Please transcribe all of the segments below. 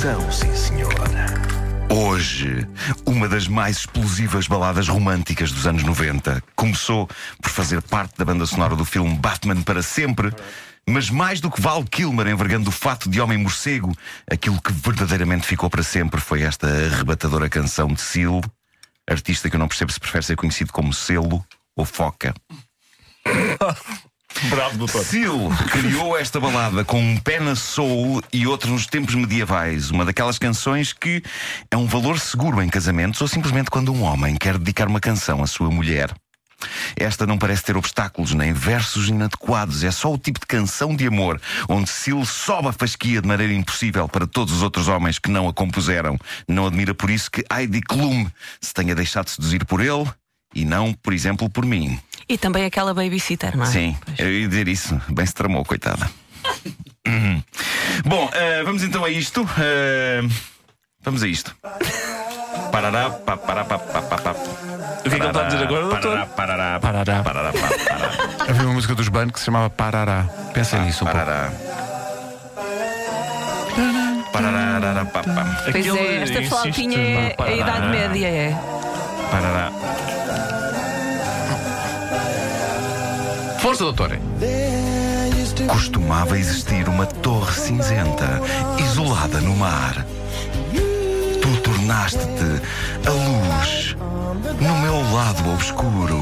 São, sim, senhor. Hoje, uma das mais explosivas baladas românticas dos anos 90 começou por fazer parte da banda sonora do filme Batman para Sempre. Mas mais do que Val Kilmer envergando o fato de homem morcego, aquilo que verdadeiramente ficou para sempre foi esta arrebatadora canção de Seal, artista que eu não percebo se prefere ser conhecido como Selo ou Foca. Bravo, doutor. Seal criou esta balada com um pé na soul e outro nos tempos medievais. Uma daquelas canções que é um valor seguro em casamentos ou simplesmente quando um homem quer dedicar uma canção à sua mulher. Esta não parece ter obstáculos nem versos inadequados. É só o tipo de canção de amor onde Seal sobe a fasquia de maneira impossível para todos os outros homens que não a compuseram. Não admira por isso que Heidi Klum se tenha deixado seduzir por ele e não, por exemplo, por mim. E também aquela babysitter, não é? Sim, pois. Eu ia dizer isso. Bem se tramou, coitada. Bom, vamos então a isto. Vamos a isto. Parará, parará, parará. O que é que ele está a dizer agora, doutor? Parará. Havia uma música dos Band que se chamava Parará. Pensa nisso um pouco. Pois é, esta flautinha é a Idade Média, é. Parará. Força, doutor. Costumava existir uma torre cinzenta, isolada no mar. Tu tornaste-te a luz no meu lado obscuro.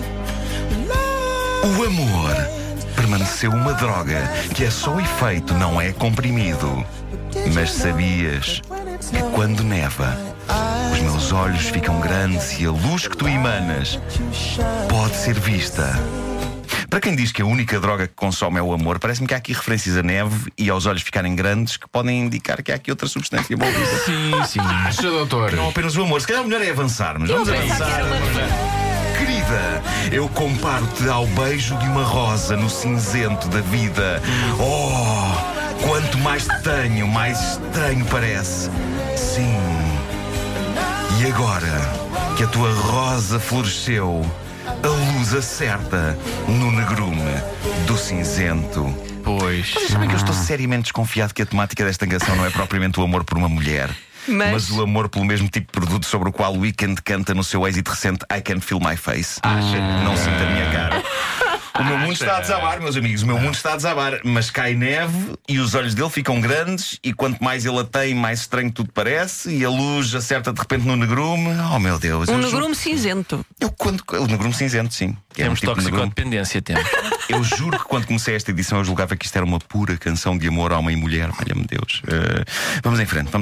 O amor permaneceu uma droga que é só efeito, não é comprimido. Mas sabias que quando neva, os meus olhos ficam grandes e a luz que tu emanas pode ser vista. Para quem diz que a única droga que consome é o amor, parece-me que há aqui referências a neve e aos olhos ficarem grandes que podem indicar que há aqui outra substância envolvida. Sim. Acha, doutor? Não apenas o amor. Se calhar o melhor é avançarmos. Vamos avançar. Querida, eu comparo-te ao beijo de uma rosa no cinzento da vida. Oh, quanto mais te tenho, mais estranho parece. Sim. E agora que a tua rosa floresceu, a luz acerta no negrume do cinzento. Pois. Vocês sabem que eu estou seriamente desconfiado que a temática desta canção não é propriamente o amor por uma mulher, mas o amor pelo mesmo tipo de produto sobre o qual o Weeknd canta no seu êxito recente I Can't Feel My Face. Não sinto a minha cara. O meu mundo está a desabar, meus amigos. O meu mundo está a desabar. Mas cai neve e os olhos dele ficam grandes. E quanto mais ele a tem, mais estranho tudo parece. E a luz acerta de repente no negrume. Oh meu Deus. Um negrume cinzento. O negrume cinzento, sim. Temos toxicodependência, temos. Eu juro que quando comecei esta edição eu julgava que isto era uma pura canção de amor, homem e mulher. Valha-me Deus. Vamos em frente.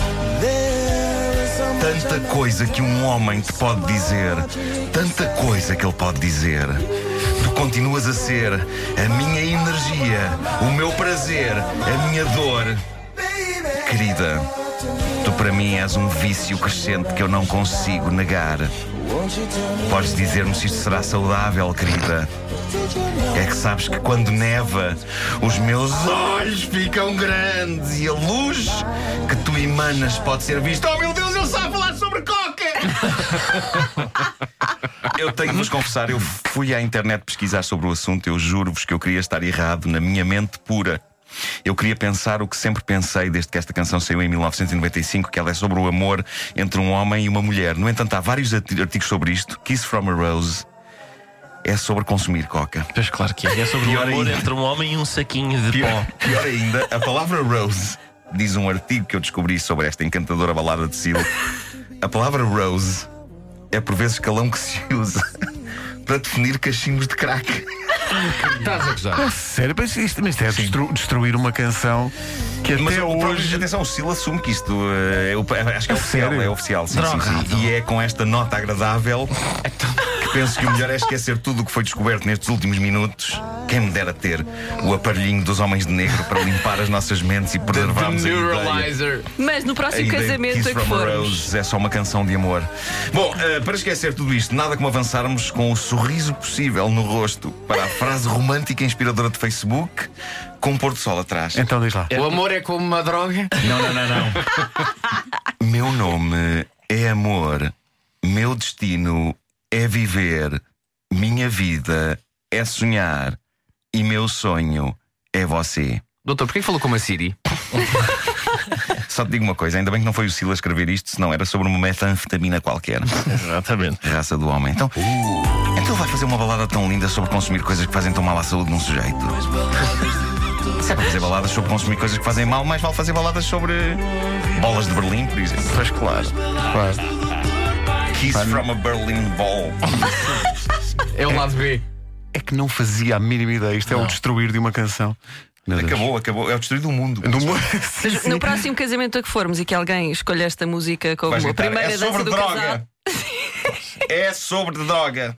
Tanta coisa que um homem te pode dizer. Tanta coisa que ele pode dizer. Tu continuas a ser a minha energia, o meu prazer, a minha dor. Querida, tu para mim és um vício crescente que eu não consigo negar. Podes dizer-me se isto será saudável, querida. É que sabes que quando neva, os meus olhos ficam grandes e a luz que tu emanas pode ser vista. Oh meu Deus, eu sei falar sobre coca! Eu tenho de vos confessar, eu fui à internet pesquisar sobre o assunto. Eu juro-vos que eu queria estar errado na minha mente pura. Eu queria pensar o que sempre pensei desde que esta canção saiu em 1995, que ela é sobre o amor entre um homem e uma mulher. No entanto, há vários artigos sobre isto. Kiss from a Rose é sobre consumir coca. Pois claro que é. É sobre o amor entre um homem e um saquinho de pó. Pior ainda, a palavra Rose, diz um artigo que eu descobri sobre esta encantadora balada de Seal. A palavra Rose é por vezes calão que se usa para definir cachimbos de crack. Estás a gozar? Sério, mas isto é destruir uma canção que Mas até hoje. atenção, o Seal assume que isto acho que é oficial. Sério? É oficial, sim. E é com esta nota agradável que penso que o melhor é esquecer tudo o que foi descoberto nestes últimos minutos. Quem me dera ter o aparelhinho dos homens de negro para limpar as nossas mentes e preservarmos a ideia. Mas no próximo casamento Kiss é que from a formos. Rose é só uma canção de amor. Bom, para esquecer tudo isto, nada como avançarmos com o sorriso possível no rosto para a frase romântica e inspiradora de Facebook, com um pôr do sol atrás. Então diz lá. O amor é como uma droga? Não. Meu nome é amor. Meu destino é viver. Minha vida é sonhar. E meu sonho é você. Doutor, porquê que falou como a Siri? Só te digo uma coisa, ainda bem que não foi o Silas escrever isto, senão era sobre uma metanfetamina qualquer. Exatamente. Raça do homem. Então ele vai fazer uma balada tão linda sobre consumir coisas que fazem tão mal à saúde de um sujeito. Se é para fazer baladas sobre consumir coisas que fazem mal, mais vale fazer baladas sobre bolas de Berlim, por exemplo. Pois claro. Kiss from a Berlin Ball. É o lado B. É que não fazia a mínima ideia. Isto é o destruir de uma canção. Acabou. É o destruir do mundo. Mas no próximo casamento a que formos e que alguém escolha esta música como a primeira dança do casal. É sobre droga.